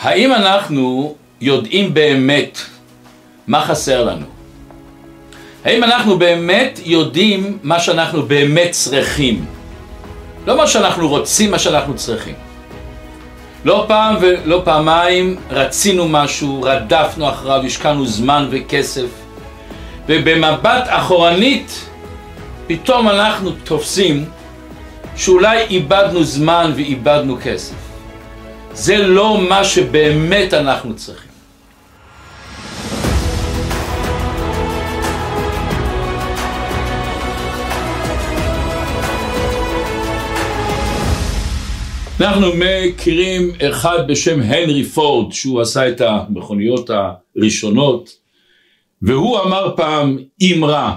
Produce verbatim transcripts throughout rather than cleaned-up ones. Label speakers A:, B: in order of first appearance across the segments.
A: האם אנחנו יודעים באמת מה חסר לנו? האם אנחנו באמת יודעים מה שאנחנו באמת צריכים? לא מה שאנחנו רוצים, מה שאנחנו צריכים. לא פעם ולא פעמיים רצינו משהו, רדפנו אחריו, השקענו זמן וכסף, ובמבט אחורנית פתאום אנחנו תופסים שאולי איבדנו זמן ואיבדנו כסף. זה לא מה שבאמת אנחנו צריכים. אנחנו מכירים אחד בשם הנרי פורד, שהוא עשה את המכוניות הראשונות, והוא אמר פעם אמרה: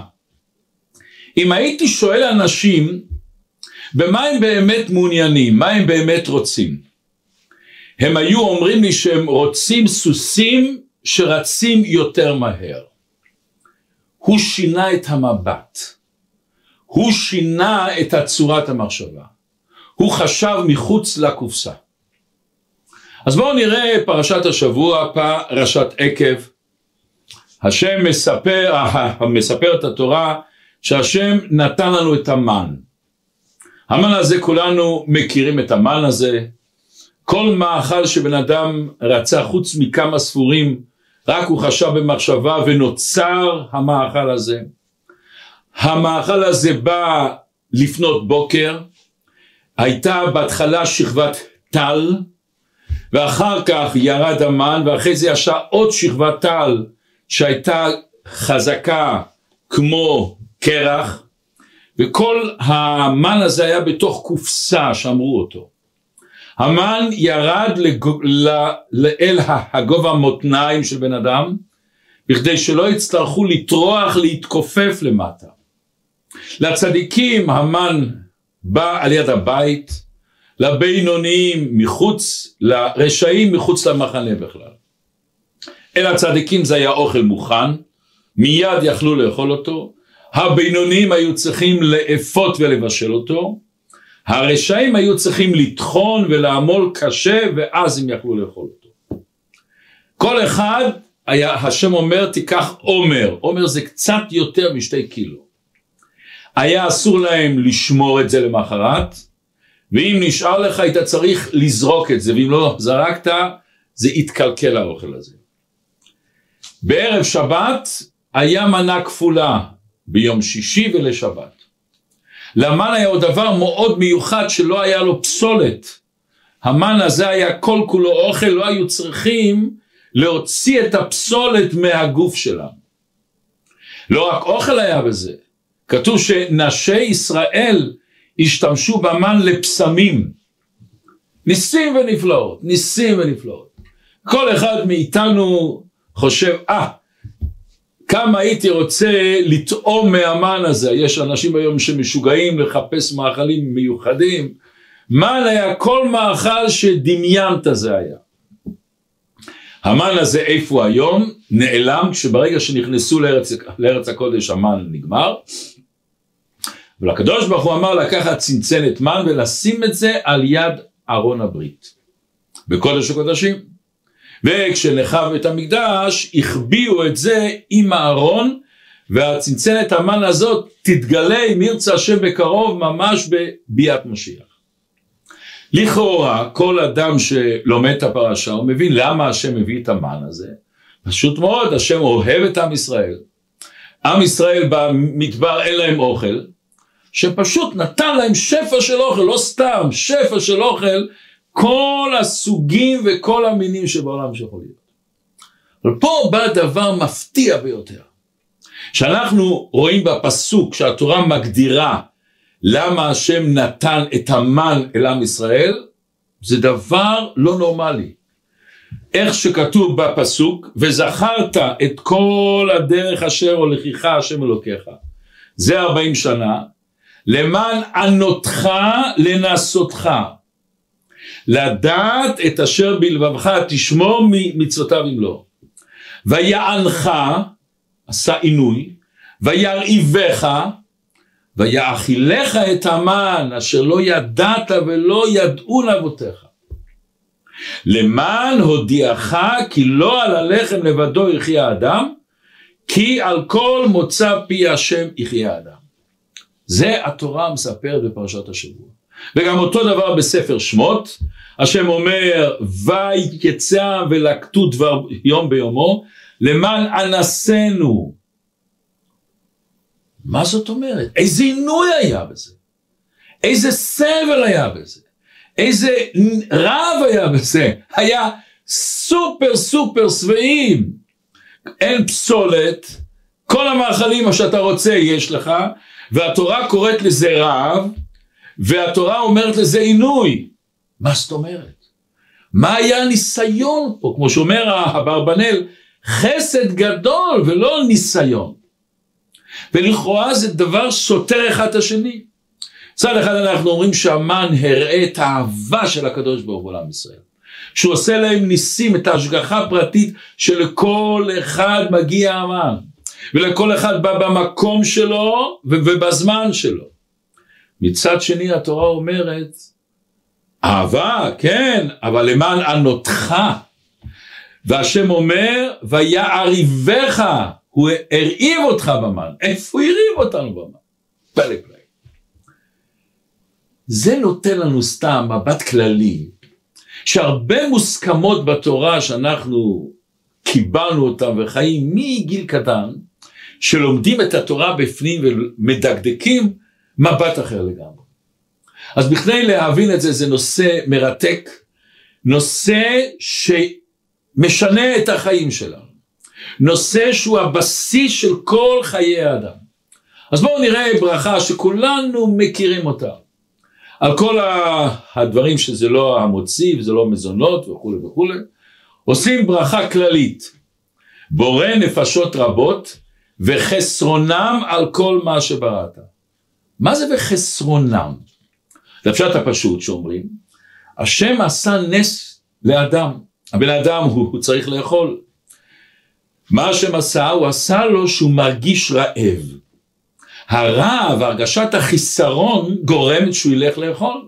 A: אם הייתי שואל אנשים במה הם באמת מעוניינים, מה הם באמת רוצים, הם היו אומרים לי שהם רוצים סוסים שרצים יותר מהר. הוא שינה את המבט, הוא שינה את הצורת המחשבה, הוא חשב מחוץ לקופסה. אז בואו נראה פרשת השבוע, פרשת עקב. השם מספר, מספר את התורה שהשם נתן לנו את המן. המן הזה, כולנו מכירים את המן הזה. כל מאכל שבן אדם רצה חוץ מכמה ספורים, רק הוא חשב במחשבה ונוצר המאכל הזה. המאכל הזה בא לפנות בוקר, הייתה בהתחלה שכבת טל, ואחר כך ירד המן, ואחרי זה ישב עוד שכבת טל שהייתה חזקה כמו קרח, וכל המן הזה היה בתוך קופסה שאמרו אותו. המן ירד לגו, ל, אל הגובה מותניים של בן אדם, בכדי שלא יצטרכו לטרוח להתכופף למטה. לצדיקים המן בא על יד הבית, לבינוניים מחוץ, לרשעים מחוץ למחנה בכלל. אל הצדיקים זה היה אוכל מוכן, מיד יכלו לאכול אותו, הבינוניים היו צריכים לאפות ולבשל אותו, הרשעים היו צריכים לטחון ולעמול קשה, ואז הם יכלו לאכול אותו. כל אחד היה, השם אומר, תיקח עומר, עומר זה קצת יותר משתי קילו. היה אסור להם לשמור את זה למחרת, ואם נשאר לך היית צריך לזרוק את זה, ואם לא זרקת זה יתקלקל האוכל הזה. בערב שבת היה מנה כפולה, ביום שישי ולשבת. למן היה עוד דבר מאוד מיוחד שלא היה לו פסולת. המן הזה היה כל כולו אוכל, לא היו צריכים להוציא את הפסולת מהגוף שלהם. לא רק אוכל היה בזה, כתוב שנשי ישראל השתמשו במן לפסמים. ניסים ונפלאות, ניסים ונפלאות. כל אחד מאיתנו חושב, אה, כמה הייתי רוצה לטעום מהמן הזה. יש אנשים היום שמשוגעים לחפש מאכלים מיוחדים. מן היה כל מאכל שדמיינת זה היה. המן הזה איפה היום? נעלם, כשברגע שנכנסו לארץ, לארץ הקודש המן נגמר. ולקדוש ברוך הוא אמר לקחת צנצנת מן ולשים את זה על יד ארון הברית בקודש הקודשים. וכשנחרב בית המקדש החביאו את זה עם הארון, והצנצנת המן הזאת תתגלה אם ירצה השם בקרוב, ממש בביאת משיח. לכאורה כל אדם שלומד את הפרשה הוא מבין למה השם מביא את המן הזה. פשוט מאוד, השם אוהב את עם ישראל. עם ישראל במדבר אין להם אוכל, שפשוט נתן להם שפע של אוכל, לא סתם שפע של אוכל, כל הסוגים וכל המינים שבעולם שיכול להיות. אבל פה בא דבר מפתיע ביותר, שאנחנו רואים בפסוק שהתורה מגדירה למה השם נתן את המן אל עם ישראל, זה דבר לא נורמלי. איך שכתוב בפסוק, וזכרת את כל הדרך אשר הולכיך השם אלוקיך, זה ארבעים שנה, למען ענותך לנסותך, לדעת את אשר בלבבך תשמור מצוותיו אם לא. ויענך, עשה עינוי, וירעיבך, ויאכילך את המן אשר לא ידעת ולא ידעו לאבותיך. למען הודיעך כי לא על הלחם לבדו יחיה האדם, כי על כל מוצא פי השם יחיה האדם. זה התורה מספרת בפרשת השבוע. וגם אותו דבר בספר שמות, השם אומר, ויצא ולקטו דבר יום ביומו, למען אנסנו. מה זאת אומרת? איזה עינוי היה בזה? איזה סבל היה בזה? איזה רעב היה בזה? היה סופר סופר שבעים. אין פסולת, כל המאכלים שאתה רוצה יש לך, והתורה קוראת לזה רעב, והתורה אומרת לזה עינוי. מה זאת אומרת? מה היה הניסיון פה? כמו שאומר האברבנאל, חסד גדול ולא ניסיון. ולכאורה זה דבר סותר אחד את השני. צד אחד אנחנו אומרים שהמן הראה את האהבה של הקדוש ברוך הוא לעם ישראל. שהוא עושה להם ניסים, את ההשגחה הפרטית שלכל אחד מגיע המן. ולכל אחד בא במקום שלו ובזמן שלו. מצד שני התורה אומרת, אהבה, כן, אבל למען ענותך. והשם אומר, ויעריבך, הוא הרעיב אותך במן. איפה הוא הרעיב אותנו במן? פלא פלא. זה נותן לנו סתם מבט כללי, שהרבה מוסכמות בתורה שאנחנו קיבלנו אותם וחיים מגיל קטן, שלומדים את התורה בפנים ומדקדקים מבט אחר לגמרי. אז בכדי להבין את זה, זה נושא מרתק, נושא שמשנה את החיים שלנו, נושא שהוא הבסיס של כל חיי האדם. אז בואו נראה ברכה שכולנו מכירים אותה, על כל הדברים שזה לא המוציא וזה לא מזונות וכו' וכו', עושים ברכה כללית, בורא נפשות רבות וחסרונם על כל מה שבראת. מה זה וחסרונם? זה הפשט הפשוט שאומרים, השם עשה נס לאדם, הבן אדם הוא, הוא צריך לאכול. מה השם עשה? הוא עשה לו שהוא מרגיש רעב. הרעב, הרגשת החיסרון גורמת שהוא ילך לאכול.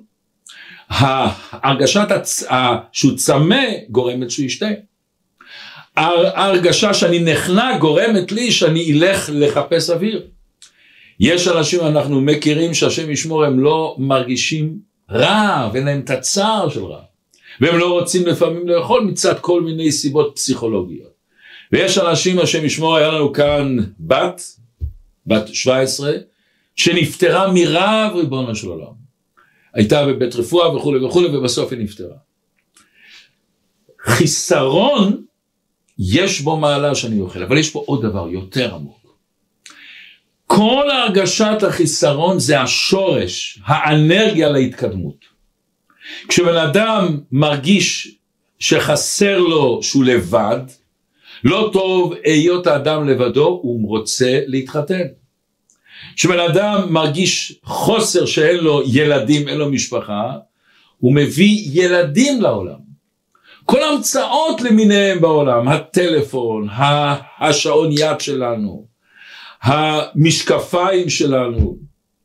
A: הרגשת הצ... שהוא צמא גורמת שהוא ישתה. הרגשה שאני נחנק גורמת לי שאני אלך לחפש אוויר. יש אנשים אנחנו מכירים שהשם ישמור הם לא מרגישים רע ואין להם את הצער של רע. והם לא רוצים לפעמים לאכול מצד כל מיני סיבות פסיכולוגיות. ויש אנשים השם ישמור, היה לנו כאן בת, בת שבע עשרה, שנפטרה מרעב ריבונו של עולם. הייתה בבית רפואה וכו' וכו' ובסוף היא נפטרה. חיסרון יש בו מעלה שאני אוכל, אבל יש פה עוד דבר יותר עמוק. כל הרגשת החיסרון זה השורש, האנרגיה להתקדמות. כשבן אדם מרגיש שחסר לו שהוא לבד, לא טוב היות האדם לבדו, הוא רוצה להתחתן. כשבן אדם מרגיש חוסר שאין לו ילדים, אין לו משפחה, הוא מביא ילדים לעולם. כל המצאות למיניהם בעולם, הטלפון, השעון יד שלנו, המשקפיים שלנו,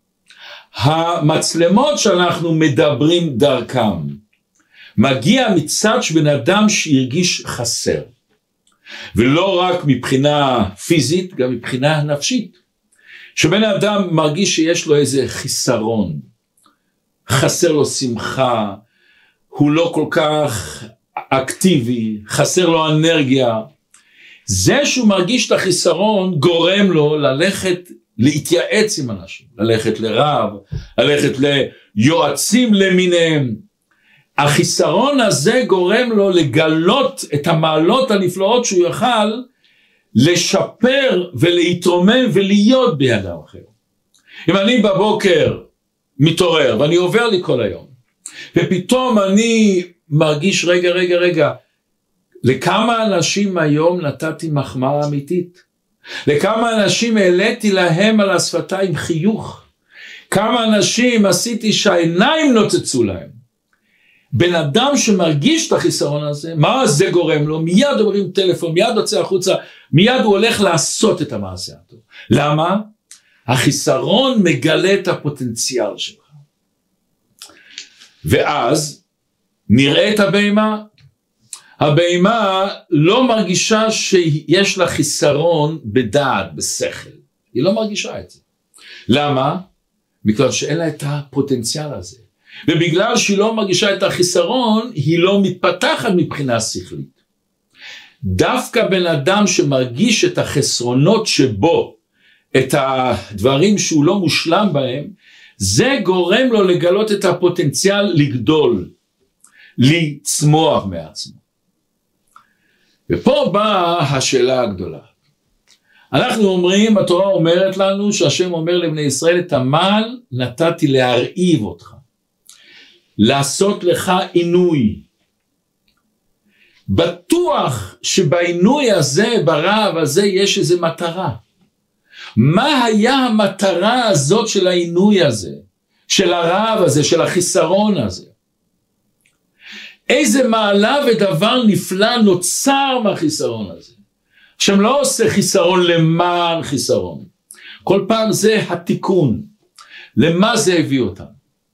A: המצלמות שאנחנו מדברים דרכם, מגיע מצד שבן אדם שהרגיש חסר. ולא רק מבחינה פיזית, גם מבחינה נפשית. שבן אדם מרגיש שיש לו איזה חיסרון, חסר לו שמחה, הוא לא כל כך אקטיבי, חסר לו אנרגיה. זה שהוא מרגיש את החיסרון גורם לו ללכת להתייעץ עם אנשים, ללכת לרב, ללכת ליועצים למיניהם. החיסרון הזה גורם לו לגלות את המעלות הנפלאות שהוא יוכל לשפר ולהתרומם ולהיות בידם אחר. אם אני בבוקר מתעורר ואני עובר לי כל היום, ופתאום אני מרגיש רגע רגע רגע, לכמה אנשים היום נתתי מחמאה אמיתית? לכמה אנשים העליתי להם על השפתיים חיוך? כמה אנשים עשיתי שהעיניים נוצצו להם? בן אדם שמרגיש את החיסרון הזה, מה זה גורם לו? מיד אומרים טלפון, מיד יוצא החוצה, מיד הוא הולך לעשות את המעשה הטוב. למה? החיסרון מגלה את הפוטנציאל שלך. ואז נראה את הבהמה, הבהמה לא מרגישה שיש לה חיסרון בדעת, בשכל. היא לא מרגישה את זה. למה? בגלל שאין לה את הפוטנציאל הזה. ובגלל שהיא לא מרגישה את החיסרון, היא לא מתפתחת מבחינה שכלית. דווקא בן אדם שמרגיש את החסרונות שבו, את הדברים שהוא לא מושלם בהם, זה גורם לו לגלות את הפוטנציאל לגדול, לצמוח מעצמו. ופה באה השאלה הגדולה. אנחנו אומרים, התורה אומרת לנו שהשם אומר לבני ישראל, את המעל נתתי להרעיב אותך, לעשות לך עינוי. בטוח שבעינוי הזה, ברעב הזה, יש איזו מטרה. מה היה המטרה הזאת של העינוי הזה, של הרעב הזה, של החיסרון הזה? איזה מעלה ודבר נפלא נוצר מהחיסרון הזה. השם לא עושה חיסרון למען חיסרון. כל פעם זה התיקון. למה זה הביא אותם?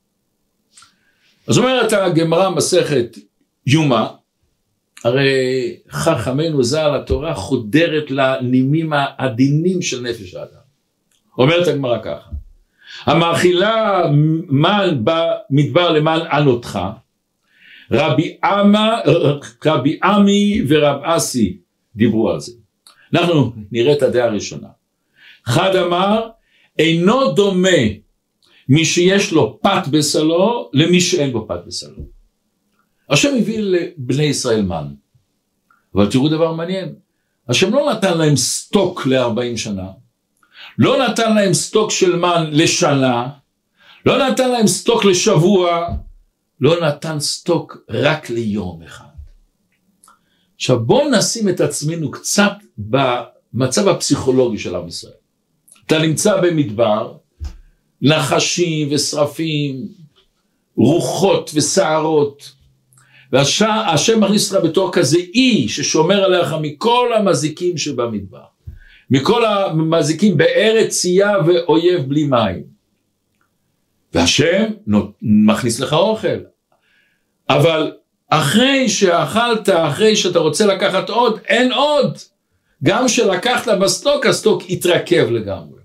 A: אז אומרת הגמרא מסכת יומא, הרי חכמנו ז"ל התורה חודרת לנימים העדינים של נפש האדם. אומרת הגמרא ככה, המאכילה מן במדבר למען ענותך, רבי אמה, רבי עמי ורב אסי דיברו על זה. אנחנו נראה את הדעה הראשונה. אחד אמר, אינו דומה מי שיש לו פת בסלו למי שאין בו פת בסלו. השם הביא לבני ישראל מן. אבל תראו דבר מעניין. השם לא נתן להם סטוק ל-ארבעים שנה. לא נתן להם סטוק של מן לשנה. לא נתן להם סטוק לשבוע. לא נתן סטוק רק ליום אחד. עכשיו בואו נשים את עצמנו קצת במצב הפסיכולוגי של עם ישראל. אתה נמצא במדבר, נחשים ושרפים, רוחות וסערות, והשם מכניס לך בתור כזה אי ששומר עליך מכל המזיקים שבמדבר, מכל המזיקים בארץ צייה ואויב בלי מים. והשם מכניס לך אוכל. אבל אחרי שאכלת, אחרי שאתה רוצה לקחת עוד, אין עוד. גם שלקחת בסטוק, הסטוק יתרכב לגמרי.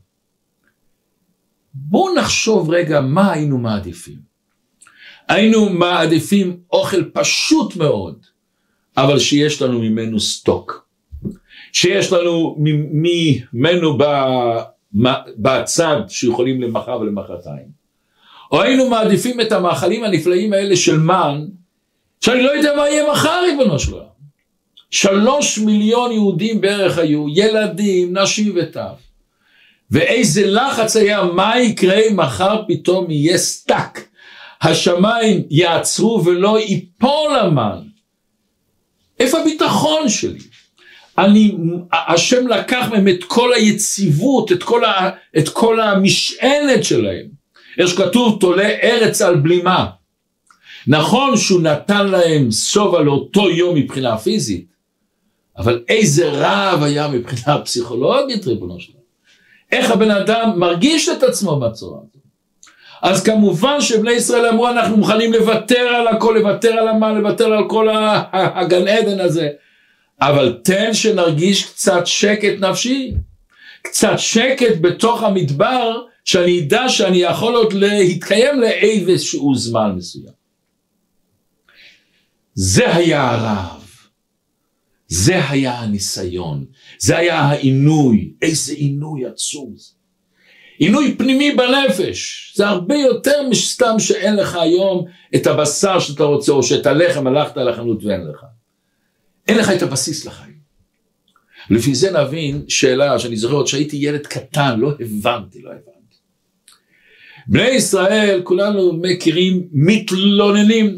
A: בואו נחשוב רגע מה היינו מעדיפים. היינו מעדיפים אוכל פשוט מאוד, אבל שיש לנו ממנו סטוק. שיש לנו ממנו בצד שיכולים למחר ולמחרתיים. או היינו מעדיפים את המאכלים הנפלאים האלה של מן, שאני לא יודע מה יהיה מחר ריבונו של עולם. שלוש מיליון יהודים בערך היו, ילדים, נשים וטף. ואיזה לחץ היה, מה יקרה מחר פתאום יהיה סטק. השמיים יעצרו ולא ייפול המן. איפה הביטחון שלי? אני, השם לקח מהם את כל היציבות, את כל, ה, את כל המשענת שלהם. יש כתוב תולה ארץ על בלימה. נכון שהוא נתן להם סובה לאותו יום מבחינה פיזית, אבל איזה רעב היה מבחינה פסיכולוגית ריבונו שלנו. איך הבן אדם מרגיש את עצמו בצורה הזאת. אז כמובן שבני ישראל אמרו אנחנו מוכנים לוותר על הכל, לוותר על המה, לוותר על כל הגן עדן הזה. אבל תן שנרגיש קצת שקט נפשי, קצת שקט בתוך המדבר, שאני ידע שאני יכול עוד להתקיים לאיזשהו זמן מסוים. זה היה הרעב, זה היה הניסיון, זה היה העינוי. איזה עינוי עצום זה. עינוי פנימי בנפש, זה הרבה יותר משסתם שאין לך היום את הבשר שאתה רוצה, או שאת הלחם הלכת לחנות ואין לך. אין לך את הבסיס לחיים. לפי זה נבין שאלה שאני זוכר עוד שהייתי ילד קטן, לא הבנתי, לא הבנתי. בני ישראל, כולנו מכירים, מתלוננים,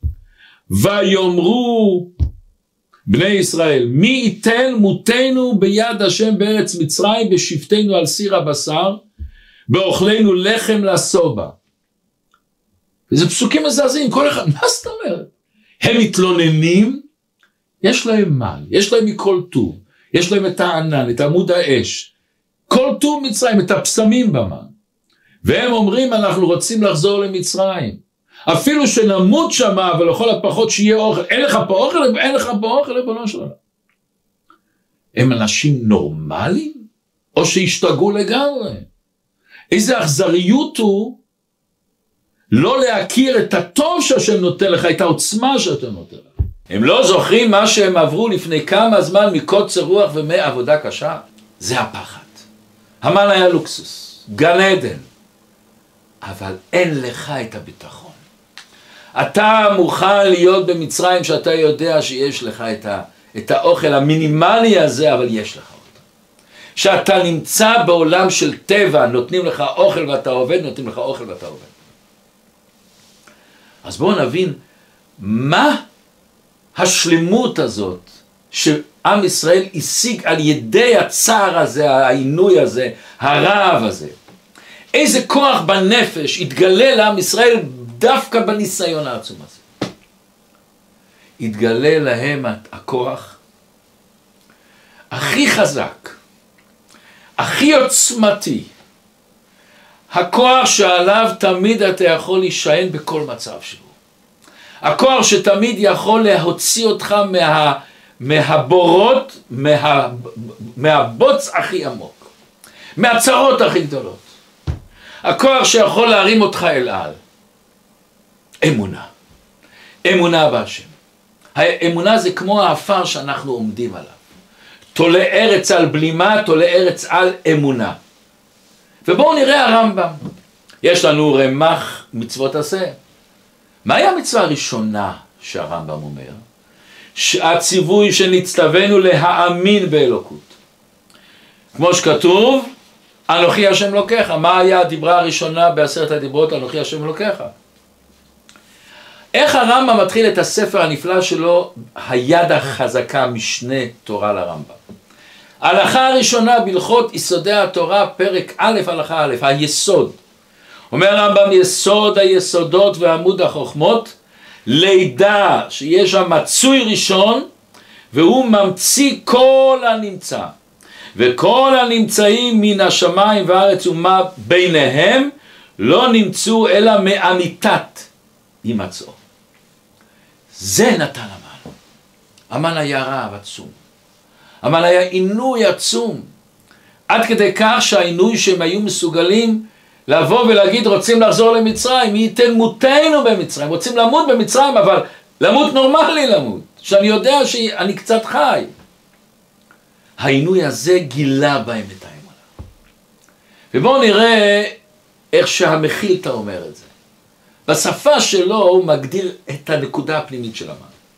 A: ויאמרו בני ישראל, מי ייתן מותנו ביד השם בארץ מצרים, בשבתנו על סיר הבשר, באוכלנו לחם לסובה. וזה פסוקים מזעזעים, כל אחד, מה זאת אומרת? הם מתלוננים, יש להם מן, יש להם מכל טוב, יש להם את הענן, את עמוד האש, כל טוב מצרים, את הפסמים במן. והם אומרים אנחנו רוצים לחזור למצרים, אפילו שנמות שמה, אבל לכל הפחות שיהיה אוכל, אין לך פה אוכל, אין לך פה אוכל, ריבונו של עולם. הם אנשים נורמליים? או שהשתגעו לגמרי? איזה אכזריות הוא לא להכיר את הטוב שהשם נותן לך, את העוצמה שאתה נותן לך. הם לא זוכרים מה שהם עברו לפני כמה זמן מקוצר רוח ומעבודה קשה? זה הפחד. המן היה לוקסוס, גן עדן. אבל אין לך את הביטחון. אתה מוכן להיות במצרים שאתה יודע שיש לך את, ה, את האוכל המינימלי הזה, אבל יש לך אותו. שאתה נמצא בעולם של טבע, נותנים לך אוכל ואתה עובד, נותנים לך אוכל ואתה עובד. אז בואו נבין מה השלמות הזאת שעם ישראל השיג על ידי הצער הזה, העינוי הזה, הרעב הזה. איזה כוח בנפש התגלה לעם ישראל דווקא בניסיון העצום הזה. התגלה להם הכוח הכי חזק, הכי עוצמתי, הכוח שעליו תמיד אתה יכול להישען בכל מצב שהוא. הכוח שתמיד יכול להוציא אותך מה, מהבורות, מה, מהבוץ הכי עמוק, מהצרות הכי גדולות. הכוח שיכול להרים אותך אל על. אמונה. אמונה בהשם. האמונה זה כמו האפר שאנחנו עומדים עליו. תולה ארץ על בלימה, תולה ארץ על אמונה. ובואו נראה הרמב"ם. יש לנו רמ"ח מצוות עשה. מהי המצווה הראשונה שהרמב"ם אומר? שהציווי שנצטווינו להאמין באלוקות. כמו שכתוב, אנוכי השם אלוקיך. מה היה הדיברה הראשונה בעשרת הדיברות, אנוכי השם אלוקיך? איך הרמב"ם מתחיל את הספר הנפלא שלו, היד החזקה, משנה תורה לרמב"ם? ההלכה הראשונה בהלכות יסודי התורה, פרק א' הלכה א', היסוד. אומר הרמב"ם, יסוד היסודות ועמוד החוכמות, לידע שיש שם מצוי ראשון, והוא ממציא כל הנמצא. וכל הנמצאים מן השמיים והארץ ומה ביניהם, לא נמצאו אלא מאמיתת הימצאו. זה נתן המן. המן היה רעב עצום. המן היה עינוי עצום. עד כדי כך שהעינוי שהם היו מסוגלים לבוא ולהגיד רוצים לחזור למצרים, מי ייתן מותנו במצרים, רוצים למות במצרים, אבל למות נורמלי למות, שאני יודע שאני קצת חי. העינוי הזה גילה בהם את האמונה. ובואו נראה איך שהמחילתא אומר את זה. בשפה שלו הוא מגדיר את הנקודה הפנימית של המן.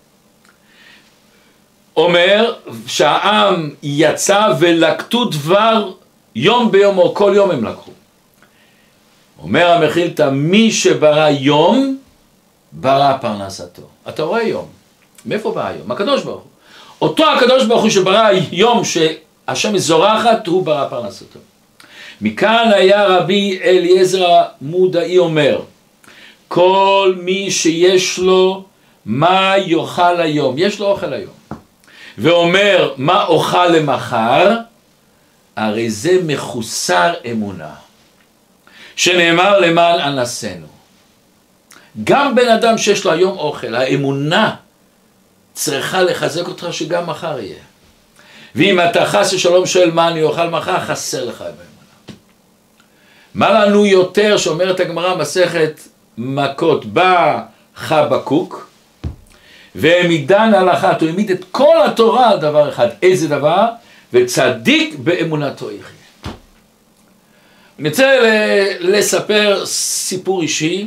A: אומר שהעם יצא ולקטו דבר יום ביום או כל יום הם לקחו. אומר המחילתא, מי שברא יום ברא פרנסתו. אתה רואה יום. מאיפה בא היום? הקדוש ברוך הוא. אותו הקדוש ברוך הוא שברא יום שהשם זורחת, הוא ברא פרנסתו. מכאן היה רבי אליעזר המודעי אומר, כל מי שיש לו מה יאכל היום, יש לו אוכל היום, ואומר מה אוכל למחר, הרי זה מחוסר אמונה, שנאמר למען אנסנו. גם בן אדם שיש לו היום אוכל, האמונה צריכה לחזק אותך שגם מחר יהיה. ואם אתה חס ושלום שואל מה אני אוכל מחר, חסר לך באמונה. מה לנו יותר שאומרת הגמרא מסכת מכות, בא חבקוק והעמידן הלכה, הוא העמיד את כל התורה על דבר אחד. איזה דבר? וצדיק באמונתו יחיה. אני רוצה לספר סיפור אישי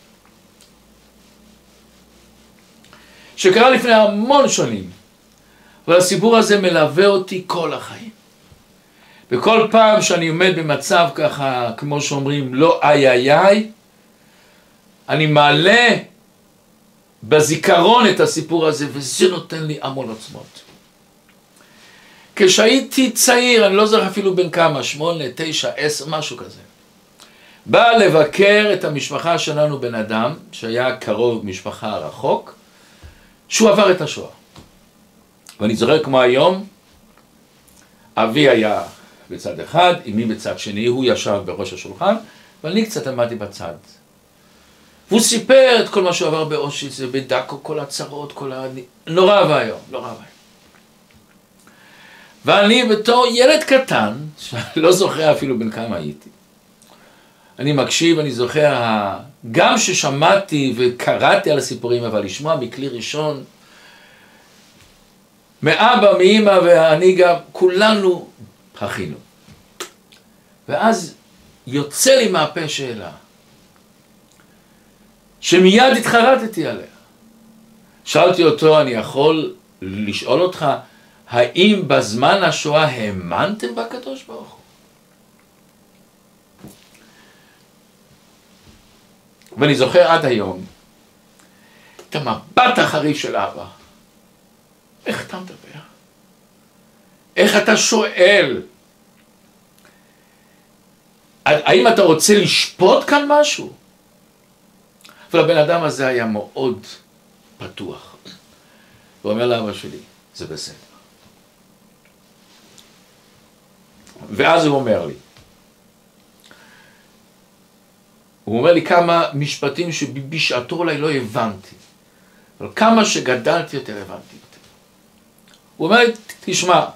A: שקרה לפני המון שנים, אבל הסיפור הזה מלווה אותי כל החיים. וכל פעם שאני עומד במצב ככה, כמו שאומרים, לא איי איי איי, אני מעלה בזיכרון את הסיפור הזה, וזה נותן לי המון עוצמות. כשהייתי צעיר, אני לא זוכר אפילו בין כמה, שמונה, תשע, עשר, משהו כזה. בא לבקר את המשפחה שלנו בן אדם, שהיה קרוב משפחה רחוק, שהוא עבר את השואה. ואני זוכר כמו היום, אבי היה בצד אחד, אמי בצד שני, הוא ישב בראש השולחן, ואני קצת עמדתי בצד. והוא סיפר את כל מה שהוא עבר באושיץ ובדקו, כל הצרות, כל ה... נורא והיום, נורא והיום. ואני בתור ילד קטן, לא זוכר אפילו בין כמה הייתי, אני מקשיב, אני זוכר, גם ששמעתי וקראתי על הסיפורים, אבל לשמוע מכלי ראשון, מאבא, מאמא ואני גם, כולנו הכינו. ואז יוצא לי מהפה שאלה, שמיד התחרטתי עליה. שאלתי אותו, אני יכול לשאול אותך, האם בזמן השואה האמנתם בקדוש ברוך הוא? ואני זוכר עד היום את המבט החריף של אבא. איך אתה מדבר? איך אתה שואל? האם אתה רוצה לשפוט כאן משהו? אבל הבן אדם הזה היה מאוד פתוח. הוא אומר לאבא שלי, זה בסדר. ואז הוא אומר לי, הוא אומר לי כמה משפטים שבשעתו אולי לא הבנתי, אבל כמה שגדלתי יותר הבנתי יותר. הוא אומר לי, תשמע,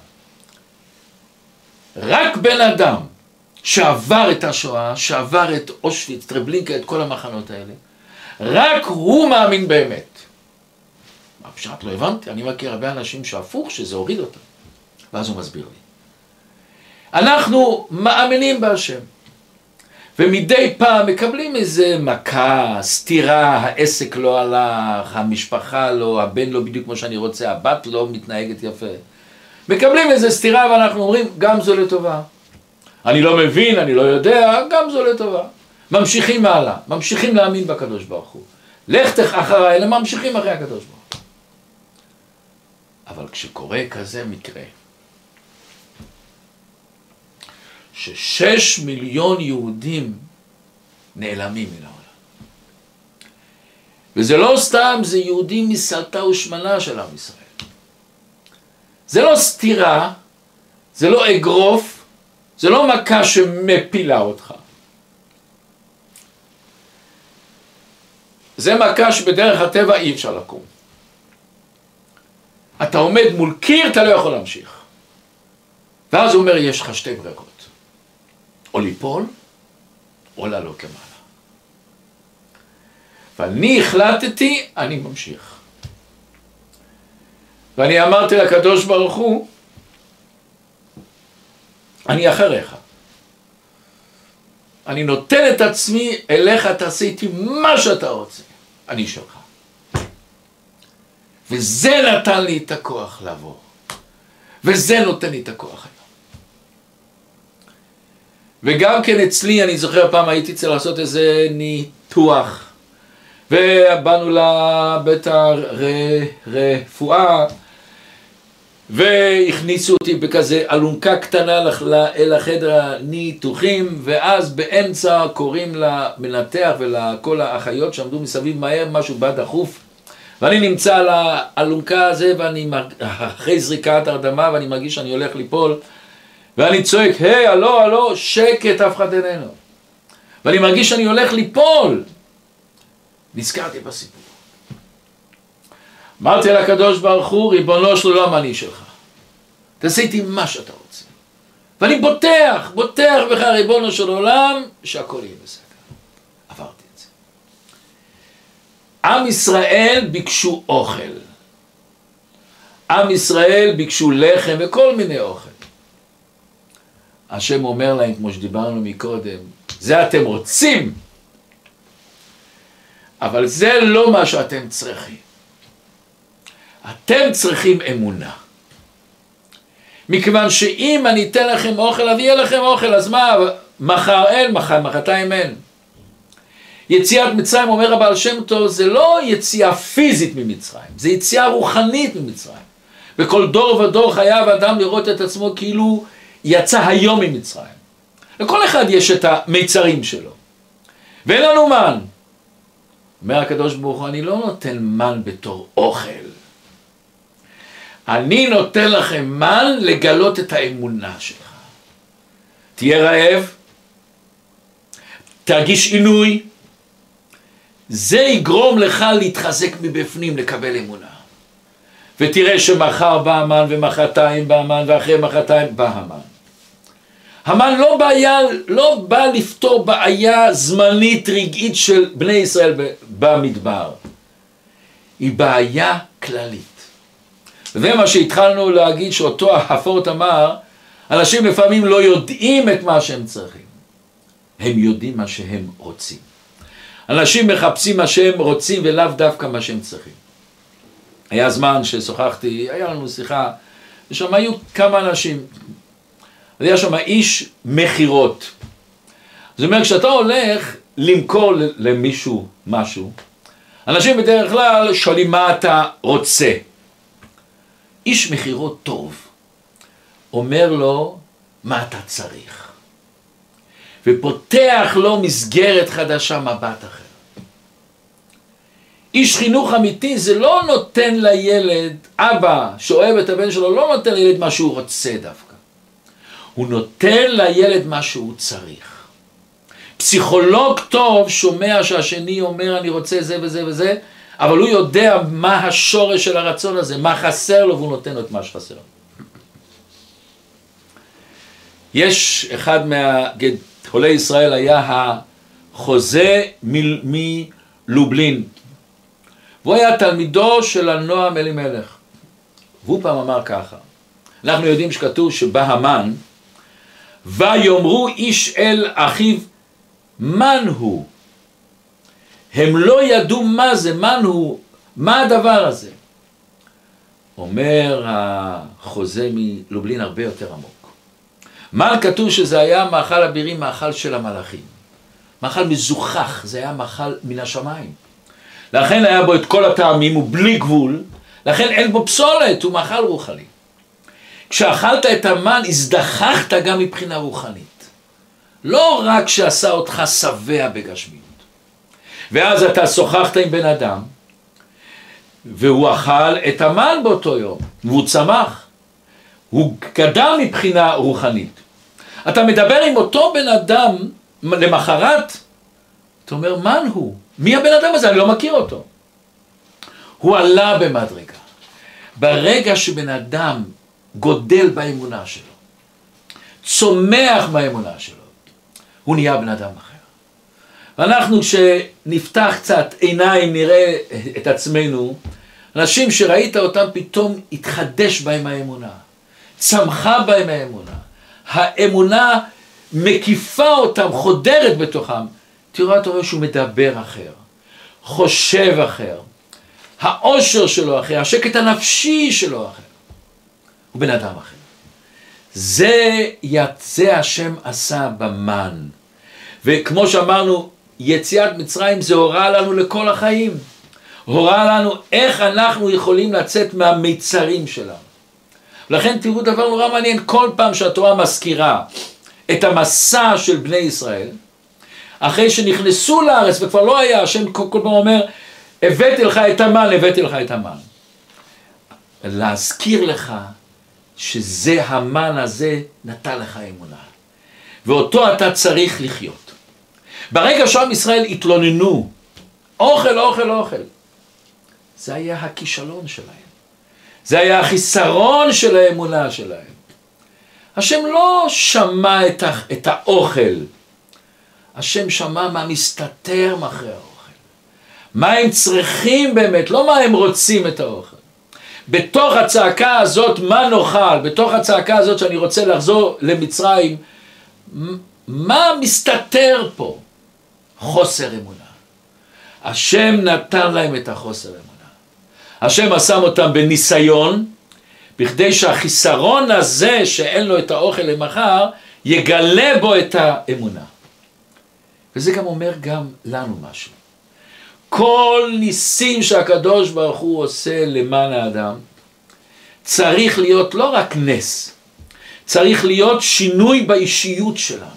A: רק בן אדם שעבר את השואה, שעבר את אושוויץ, טרבלינקה, את כל המחנות האלה, רק הוא מאמין באמת. מה פשוט לא הבנתי, אני מכיר הרבה אנשים שהפוך, שזה הוריד אותם. ואז הוא מסביר לי. אנחנו מאמינים בהשם. ומדי פעם מקבלים איזה מכה, סתירה, העסק לא הלך, המשפחה לא, הבן לא בדיוק כמו שאני רוצה, הבת לא מתנהגת יפה. מקבלים איזה סתירה ואנחנו אומרים, גם זו לטובה. אני לא מבין, אני לא יודע, גם זו לטובה. ממשיכים הלאה, ממשיכים להאמין בקדוש ברוך הוא. לכתך אחריי, אלה ממשיכים אחרי הקדוש ברוך הוא. אבל כשקורה כזה מקרה, ששש מיליון יהודים נעלמים מן העולם. וזה לא סתם, זה יהודים מסלטה ושמנה של עם ישראל. זה לא סתירה, זה לא אגרוף, זה לא מכה שמפילה אותך. זה מכה שבדרך הטבע אי אפשר לקום. אתה עומד מול קיר, אתה לא יכול להמשיך. ואז הוא אומר, יש לך שתי ברירות. או ליפול, או לעלות למעלה. ואני החלטתי, אני ממשיך. ואני אמרתי לקדוש ברוך הוא, אני אחריך. אני נותן את עצמי אליך, תעשה איתי מה שאתה רוצה. אני שלך. וזה נתן לי את הכוח לעבור. וזה נותן לי את הכוח היום. וגם כן אצלי, אני זוכר פעם הייתי צריך לעשות איזה ניתוח. ובאנו לבית הרפואה, והכניסו אותי בכזה אלונקה קטנה אל החדר הניתוחים, ואז באמצע קוראים למנתח ולכל האחיות שעמדו מסביב מהר, משהו בא דחוף, ואני נמצא על האלונקה הזה, ואני אחרי זריקת הרדמה, ואני מרגיש שאני הולך ליפול, ואני צועק, היי, הלו, הלו, שקט, אף אחד איננו. ואני מרגיש שאני הולך ליפול. נזכרתי בסיפור. אמרתי לקדוש ברוך הוא, ריבונו של עולם, אני שלך. תעשה איתי מה שאתה רוצה. ואני בוטח, בוטח בך ריבונו של עולם, שהכל יהיה בסדר. עברתי את זה. עם ישראל ביקשו אוכל. עם ישראל ביקשו לחם וכל מיני אוכל. השם אומר להם, כמו שדיברנו מקודם, זה אתם רוצים, אבל זה לא מה שאתם צריכים. אתם צריכים אמונה. מכיוון שאם אני אתן לכם אוכל, אז יהיה לכם אוכל, אז מה? מחר אין, מחר, מחרתיים אין. יציאת מצרים, אומר הבעל שם טוב, זה לא יציאה פיזית ממצרים, זה יציאה רוחנית ממצרים. וכל דור ודור חייב אדם לראות את עצמו כאילו יצא היום ממצרים. לכל אחד יש את המיצרים שלו. ואין לנו מן. אומר הקדוש ברוך הוא, אני לא נותן מן בתור אוכל. אני נותן לכם מן לגלות את האמונה שלך. תהיה רעב, תרגיש עינוי, זה יגרום לך להתחזק מבפנים, לקבל אמונה. ותראה שמחר בא המן, ומחרתיים בא המן, ואחרי מחרתיים בא המן. המן לא, בעיה, לא בא לפתור בעיה זמנית רגעית של בני ישראל במדבר. היא בעיה כללית. וזה מה שהתחלנו להגיד, שאותו החפורט אמר, אנשים לפעמים לא יודעים את מה שהם צריכים. הם יודעים מה שהם רוצים. אנשים מחפשים מה שהם רוצים ולאו דווקא מה שהם צריכים. היה זמן ששוחחתי, היה לנו שיחה, ושם היו כמה אנשים. היה שם איש מחירות. זאת אומרת, כשאתה הולך למכור למישהו משהו, אנשים בדרך כלל שואלים מה אתה רוצה. איש מחירות טוב אומר לו מה אתה צריך. ופותח לו מסגרת חדשה, מבט אחר. איש חינוך אמיתי זה לא נותן לילד, אבא שאוהב את הבן שלו, לא נותן לילד מה שהוא רוצה דווקא. הוא נותן לילד מה שהוא צריך. פסיכולוג טוב שומע שהשני אומר אני רוצה זה וזה וזה, אבל הוא יודע מה השורש של הרצון הזה, מה חסר לו, והוא נותן לו את מה שחסר לו. יש אחד מהגדולי ישראל היה החוזה מלובלין, והוא היה תלמידו של הנועם אלימלך, והוא פעם אמר ככה, אנחנו יודעים שכתוב שבא המן, ויאמרו איש אל אחיו מן הוא, הם לא ידעו מה זה, מן הוא, מה הדבר הזה. אומר החוזה מלובלין הרבה יותר עמוק. מן כתוב שזה היה מאכל אבירים, מאכל של המלאכים. מאכל מזוכח, זה היה מאכל מן השמיים. לכן היה בו את כל הטעמים, הוא בלי גבול, לכן אין בו פסולת, הוא מאכל רוחני. כשאכלת את המן, הזדחכת גם מבחינה רוחנית. לא רק שעשה אותך שבע בגשמיות. ואז אתה שוחחת עם בן אדם, והוא אכל את המן באותו יום, והוא צמח. הוא גדל מבחינה רוחנית. אתה מדבר עם אותו בן אדם למחרת, אתה אומר, מן הוא? מי הבן אדם הזה? אני לא מכיר אותו. הוא עלה במדרגה. ברגע שבן אדם גודל באמונה שלו, צומח באמונה שלו, הוא נהיה בן אדם אחר. ואנחנו כשנפתח קצת עיניים, נראה את עצמנו, אנשים שראית אותם פתאום התחדש בהם האמונה, צמחה בהם האמונה, האמונה מקיפה אותם, חודרת בתוכם. תראו, אתה רואה שהוא מדבר אחר, חושב אחר, העושר שלו אחר, השקט הנפשי שלו אחר. הוא בן אדם אחר. זה, זה השם עשה במן. וכמו שאמרנו, יציאת מצרים זה הוראה לנו לכל החיים. הוראה לנו איך אנחנו יכולים לצאת מהמיצרים שלנו. לכן תראו דבר נורא מעניין, כל פעם שהתורה מזכירה את המסע של בני ישראל, אחרי שנכנסו לארץ וכבר לא היה, השם כל, כל פעם אומר, הבאתי לך את המן, הבאתי לך את המן. להזכיר לך שזה המן הזה נתן לך אמונה. ואותו אתה צריך לחיות. ברגע שעם ישראל התלוננו, אוכל, אוכל, אוכל, זה היה הכישלון שלהם. זה היה החיסרון של האמונה שלהם. השם לא שמע את, ה- את האוכל. השם שמע מה מסתתר מאחורי האוכל. מה הם צריכים באמת, לא מה הם רוצים את האוכל. בתוך הצעקה הזאת, מה נאכל? בתוך הצעקה הזאת שאני רוצה לחזור למצרים, מה מסתתר פה? חוסר אמונה. השם נתן להם את החוסר אמונה. השם שם אותם בניסיון, בכדי שהחיסרון הזה שאין לו את האוכל למחר, יגלה בו את האמונה. וזה גם אומר גם לנו משהו. כל ניסים שהקדוש ברוך הוא עושה למען האדם, צריך להיות לא רק נס, צריך להיות שינוי באישיות שלנו.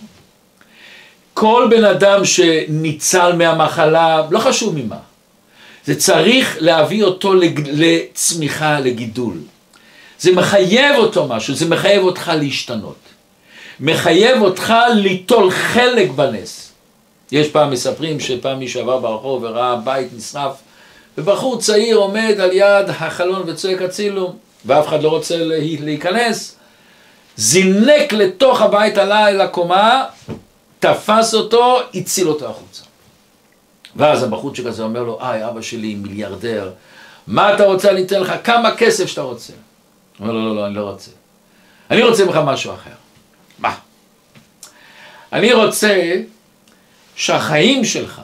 A: כל בן אדם שניצל מהמחלה, לא חשוב ממה, זה צריך להביא אותו לצמיחה, לגידול. זה מחייב אותו משהו, זה מחייב אותך להשתנות. מחייב אותך ליטול חלק בנס. יש פעם מספרים שפעם מישהו עבר ברחוב וראה בית נשרף, ובחור צעיר עומד על יד החלון וצועק הצילו, ואף אחד לא רוצה להיכנס, זינק לתוך הבית, עלה אל הקומה, תפס אותו, הציל אותו החוצה. ואז הבחור שכזה אומר לו, איי, אבא שלי מיליארדר, מה אתה רוצה? אני אתן לך כמה כסף שאתה רוצה. הוא אומר לו, לא, לא, אני לא רוצה. אני רוצה ממך משהו אחר. מה? אני רוצה שהחיים שלך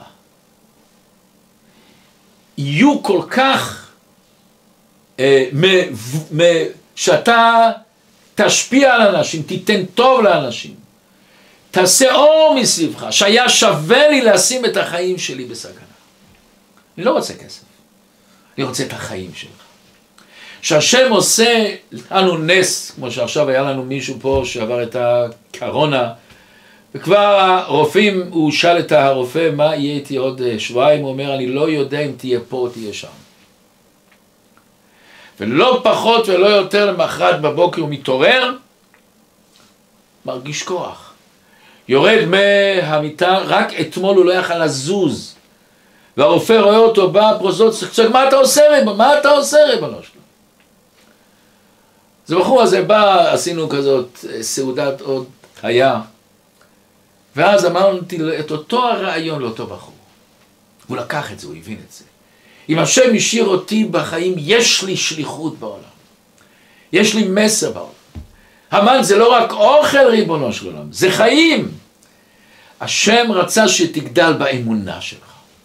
A: יהיו כל כך, אה, מ- מ- שאתה תשפיע על אנשים, תיתן טוב לאנשים, תעשה אור מסביבך, שהיה שווה לי לשים את החיים שלי בסכנה. אני לא רוצה כסף, אני רוצה את החיים שלך. שהשם עושה לנו נס, כמו שעכשיו היה לנו מישהו פה שעבר את הקורונה, וכבר הרופאים, הוא שאל את הרופא, מה יהיה איתי עוד שבועיים? הוא אומר, אני לא יודע אם תהיה פה או תהיה שם. ולא פחות ולא יותר למחרת בבוקר הוא מתעורר, מרגיש כוח. יורד מהמיטה, רק אתמול הוא לא יכל לזוז. והרופא רואה אותו, בא פרוזות, צועק, מה אתה עושה ריבונו? מה אתה עושה ריבונו שלו? אז הבחור הזה בא, עשינו כזאת סעודת עוד היה, ואז אמרתי את אותו הרעיון לאותו בחור. הוא לקח את זה, הוא הבין את זה. אם השם השאיר אותי בחיים, יש לי שליחות בעולם. יש לי מסר בעולם. המן זה לא רק אוכל ריבונו של עולם, זה חיים. השם רצה שתגדל באמונה שלך.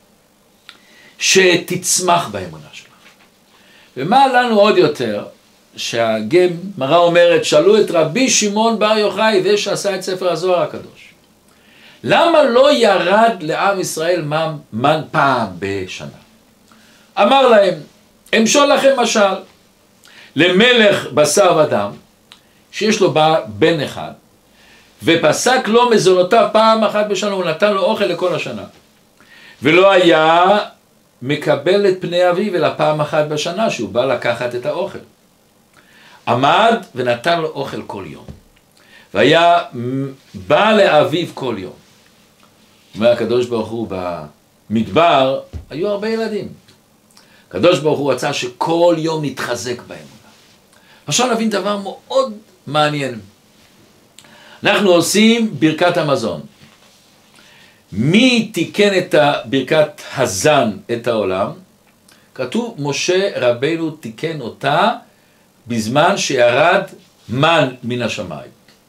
A: שתצמח באמונה שלך. ומה לנו עוד יותר? שהגמרא אומרת, שאלו את רבי שמעון בר יוחאי, זה שעשה את ספר הזוהר הקדוש. למה לא ירד לעם ישראל מן, מן פעם בשנה? אמר להם, אמשול לכם משל, למלך בשר ודם, שיש לו בן אחד, ופסק לו מזונותיו פעם אחת בשנה, הוא נתן לו אוכל לכל השנה. ולא היה מקבל את פני אביו, אלא פעם אחת בשנה, שהוא בא לקחת את האוכל. עמד ונתן לו אוכל כל יום. והיה בא לאביו כל יום. אומר הקדוש ברוך הוא במדבר, היו הרבה ילדים. הקדוש ברוך הוא רצה שכל יום נתחזק באמונה. עכשיו נבין דבר מאוד מעניין. אנחנו עושים ברכת המזון. מי תיקן את ברכת הזן את העולם? כתוב משה רבנו תיקן אותה בזמן שירד מן מן השמיים.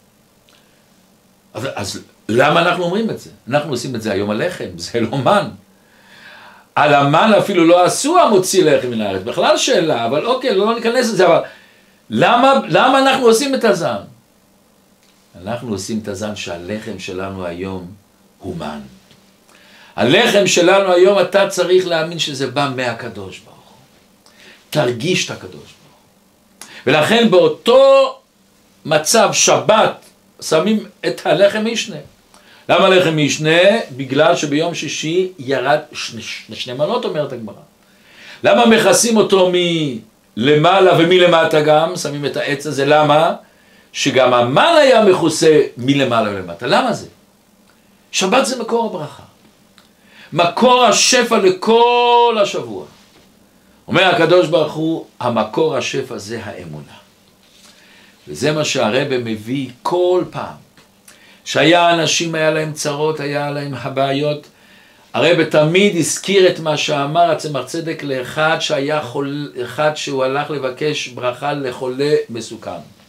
A: אז, אז למה אנחנו אומרים את זה? אנחנו עושים את זה היום הלחם, זה לא מן. על המן אפילו לא עשו המוציא לחם מן הארץ, בכלל שאלה, אבל אוקיי, לא ניכנס לזה, אבל למה, למה אנחנו עושים את הזן? אנחנו עושים את הזן שהלחם שלנו היום הוא מן. הלחם שלנו היום אתה צריך להאמין שזה בא מהקדוש ברוך הוא. תרגיש את הקדוש ברוך הוא. ולכן באותו מצב שבת שמים את הלחם משנה. למה לחם משנה? בגלל שביום שישי ירד שני, שני מנות, אומרת הגמרא. למה מכסים אותו מלמעלה ומלמטה גם? שמים את העץ הזה, למה? שגם המן היה מכוסה מלמעלה ולמטה. למה זה? שבת זה מקור הברכה. מקור השפע לכל השבוע. אומר הקדוש ברוך הוא, המקור השפע זה האמונה. וזה מה שהרבא מביא כל פעם. שהיה אנשים, היה להם צרות, היה להם הבעיות. הרבא תמיד הזכיר את מה שאמר הצמח צדק לאחד שהיה חול, אחד שהוא הלך לבקש ברכה לחולה מסוכן.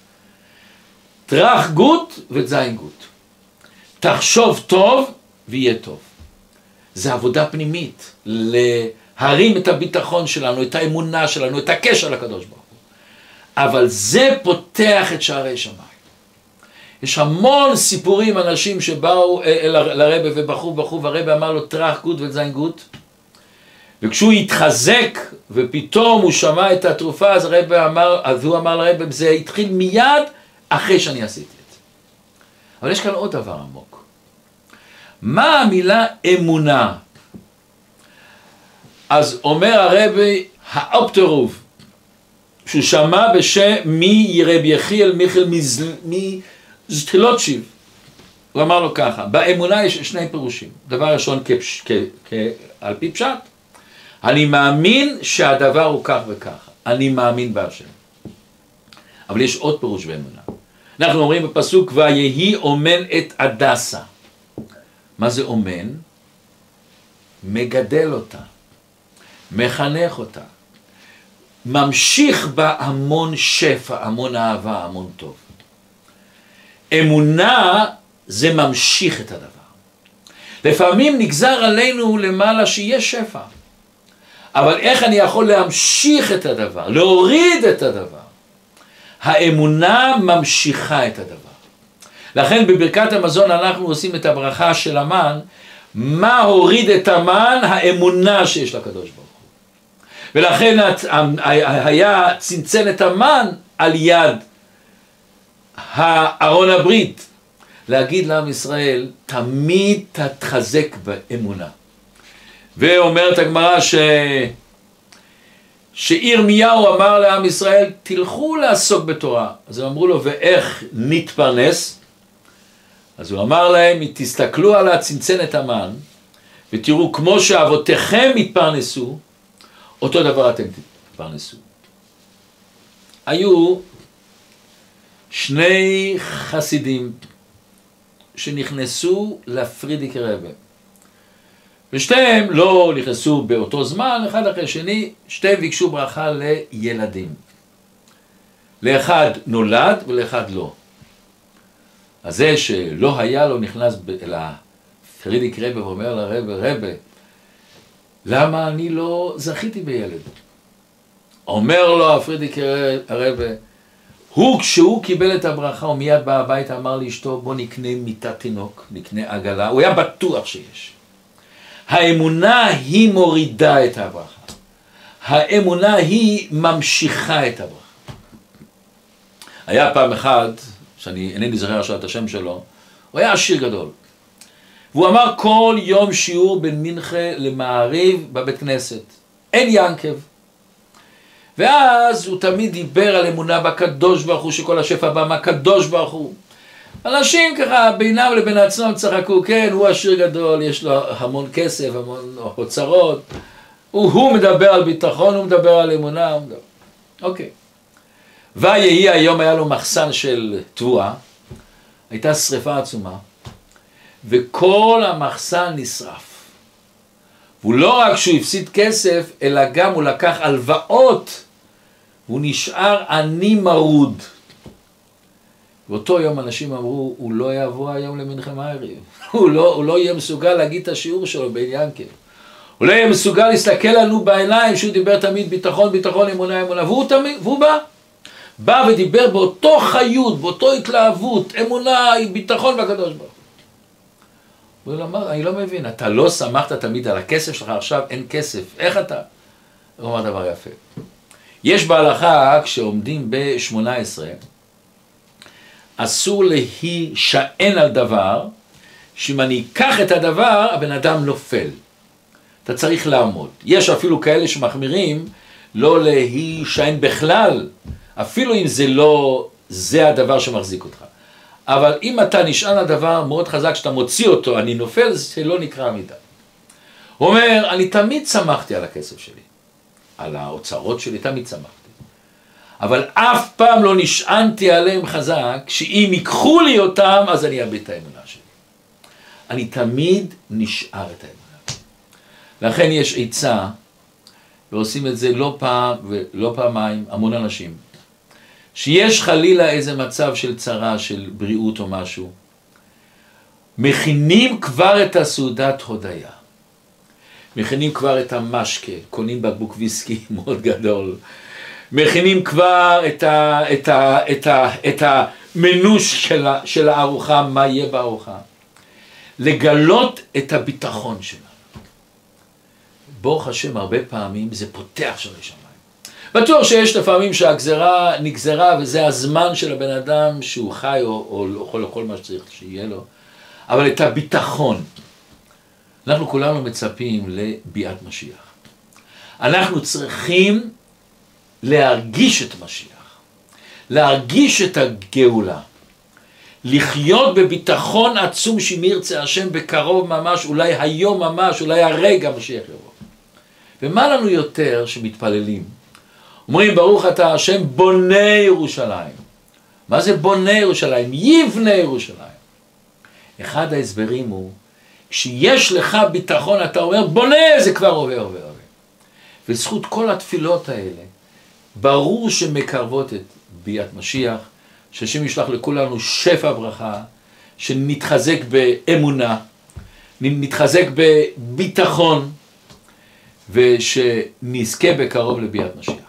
A: תרח גות וזין גות. תחשוב טוב ויהיה טוב. זה עבודה פנימית, להרים את הביטחון שלנו, את האמונה שלנו, את הקשר לקדוש ברוך הוא. אבל זה פותח את שערי שמיים. יש המון סיפורים, אנשים שבאו לרבא ובחו ובחו, והרבא אמר לו תרח גות וזין גות. וכשהוא התחזק ופתאום הוא שמע את התרופה, אז הרבא אמר, אז הוא אמר לרבא, זה התחיל מיד אחרי שאני עשיתי את זה. אבל יש כאן עוד דבר עמוק. מה המילה אמונה? אז אומר הרבי, האופטרוב, שהוא שמע בשם מרבי יחיאל מיכל מזטילוצ'יב, הוא אמר לו ככה, באמונה יש שני פירושים. דבר ראשון כפש, כ, כ, על פי פשט, אני מאמין שהדבר הוא כך וכך, אני מאמין בהשם. אבל יש עוד פירוש באמונה. אנחנו אומרים בפסוק, ויהי אומן את הדסה. מה זה אומן? מגדל אותה, מחנך אותה, ממשיך בה המון שפע, המון אהבה, המון טוב. אמונה זה ממשיך את הדבר. לפעמים נגזר עלינו למעלה שיש שפע. אבל איך אני יכול להמשיך את הדבר, להוריד את הדבר? האמונה ממשיכה את הדבר. לכן בברכת המזון אנחנו עושים את הברכה של המן. מה הוריד את המן? האמונה שיש לקדוש ברוך הוא. ולכן היה צנצן את המן על יד הארון הברית. להגיד לעם ישראל, תמיד תתחזק באמונה. ואומרת הגמרא ש... שירמיהו אמר לעם ישראל, תלכו לעסוק בתורה. אז הם אמרו לו, ואיך נתפרנס? אז הוא אמר להם, תסתכלו על הצנצנת המן, ותראו כמו שאבותיכם התפרנסו, אותו דבר אתם תתפרנסו. היו שני חסידים שנכנסו לפרידיקי רבה. ושתיהם לא נכנסו באותו זמן, אחד אחרי שני, שתיהם ביקשו ברכה לילדים. לאחד נולד ולאחד לא. אז זה שלא היה לו נכנס אל הפרידיק רבה ואומר לרבה, רבה, למה אני לא זכיתי בילד? אומר לו הפרידיק רבה, הוא כשהוא קיבל את הברכה, הוא מיד בא הביתה, אמר לאשתו, בוא נקנה מיטת תינוק, נקנה עגלה, הוא היה בטוח שיש. האמונה היא מורידה את הברכה. האמונה היא ממשיכה את הברכה. היה פעם אחד, שאני אינני זוכר עכשיו את השם שלו, הוא היה עשיר גדול. והוא אמר כל יום שיעור בין מנחה למעריב בבית כנסת. אין ינקב. ואז הוא תמיד דיבר על אמונה בקדוש ברוך הוא, שכל השפע בא מהקדוש ברוך הוא. אנשים ככה בינם לבין עצמם צחקו, כן, הוא עשיר גדול, יש לו המון כסף, המון הוצרות, הוא, הוא מדבר על ביטחון, הוא מדבר על אמונה, הוא מדבר. אוקיי. ויהי היום היה לו מחסן של תבואה, הייתה שריפה עצומה, וכל המחסן נשרף. והוא לא רק שהוא הפסיד כסף, אלא גם הוא לקח הלוואות, והוא נשאר עני מרוד. באותו יום אנשים אמרו, הוא לא יבוא היום למנחה מעריב. הוא לא, הוא לא יהיה מסוגל להגיד את השיעור שלו בעניין כן. הוא לא יהיה מסוגל להסתכל לנו בעיניים, שהוא דיבר תמיד ביטחון, ביטחון, אמונה, אמונה. והוא, תמיד, והוא בא. בא ודיבר באותו חיות, באותו התלהבות, אמונה, ביטחון בקדוש ברוך הוא. הוא אמר, אני לא מבין, אתה לא שמחת תמיד על הכסף שלך, עכשיו אין כסף, איך אתה? הוא אמר דבר יפה. יש בהלכה, כשעומדים ב-שמונה עשרה, אסור להישען על דבר, שאם אני אקח את הדבר, הבן אדם נופל. אתה צריך לעמוד. יש אפילו כאלה שמחמירים, לא להישען בכלל, אפילו אם זה לא, זה הדבר שמחזיק אותך. אבל אם אתה נשען על דבר מאוד חזק, שאתה מוציא אותו, אני נופל, זה לא נקרא עמידה. הוא אומר, אני תמיד שמחתי על הכסף שלי, על האוצרות שלי, תמיד שמחתי. אבל אף פעם לא נשענתי עליהם חזק, שאם ייקחו לי אותם, אז אני אאבד את האמונה שלי. אני תמיד נשאר את האמונה. לכן יש עצה, ועושים את זה לא פעם ולא פעמיים, המון אנשים, שיש חלילה איזה מצב של צרה, של בריאות או משהו, מכינים כבר את הסעודת הודיה. מכינים כבר את המשקה, קונים בקבוק ויסקי מאוד גדול, מכינים כבר את, ה, את, ה, את, ה, את המנוש של, ה, של הארוחה, מה יהיה בארוחה. לגלות את הביטחון שלנו. ברוך השם, הרבה פעמים זה פותח של השמיים. בטוח שיש לפעמים שהגזרה נגזרה, וזה הזמן של הבן אדם שהוא חי או, או אוכל או כל מה שצריך שיהיה לו. אבל את הביטחון, אנחנו כולנו מצפים לביאת משיח. אנחנו צריכים להרגיש את משיח, להרגיש את הגאולה, לחיות בביטחון עצום שאם ירצה השם בקרוב ממש, אולי היום ממש, אולי הרגע משיח יבוא. ומה לנו יותר שמתפללים? אומרים ברוך אתה השם בונה ירושלים. מה זה בונה ירושלים? יבנה ירושלים. אחד ההסברים הוא, כשיש לך ביטחון אתה אומר בונה, זה כבר עובר עובר עובר. וזכות כל התפילות האלה, ברור שמקרבות את ביאת משיח, שהשם ישלח לכולנו שפע ברכה, שנתחזק באמונה, נתחזק בביטחון, ושנזכה בקרוב לביאת משיח.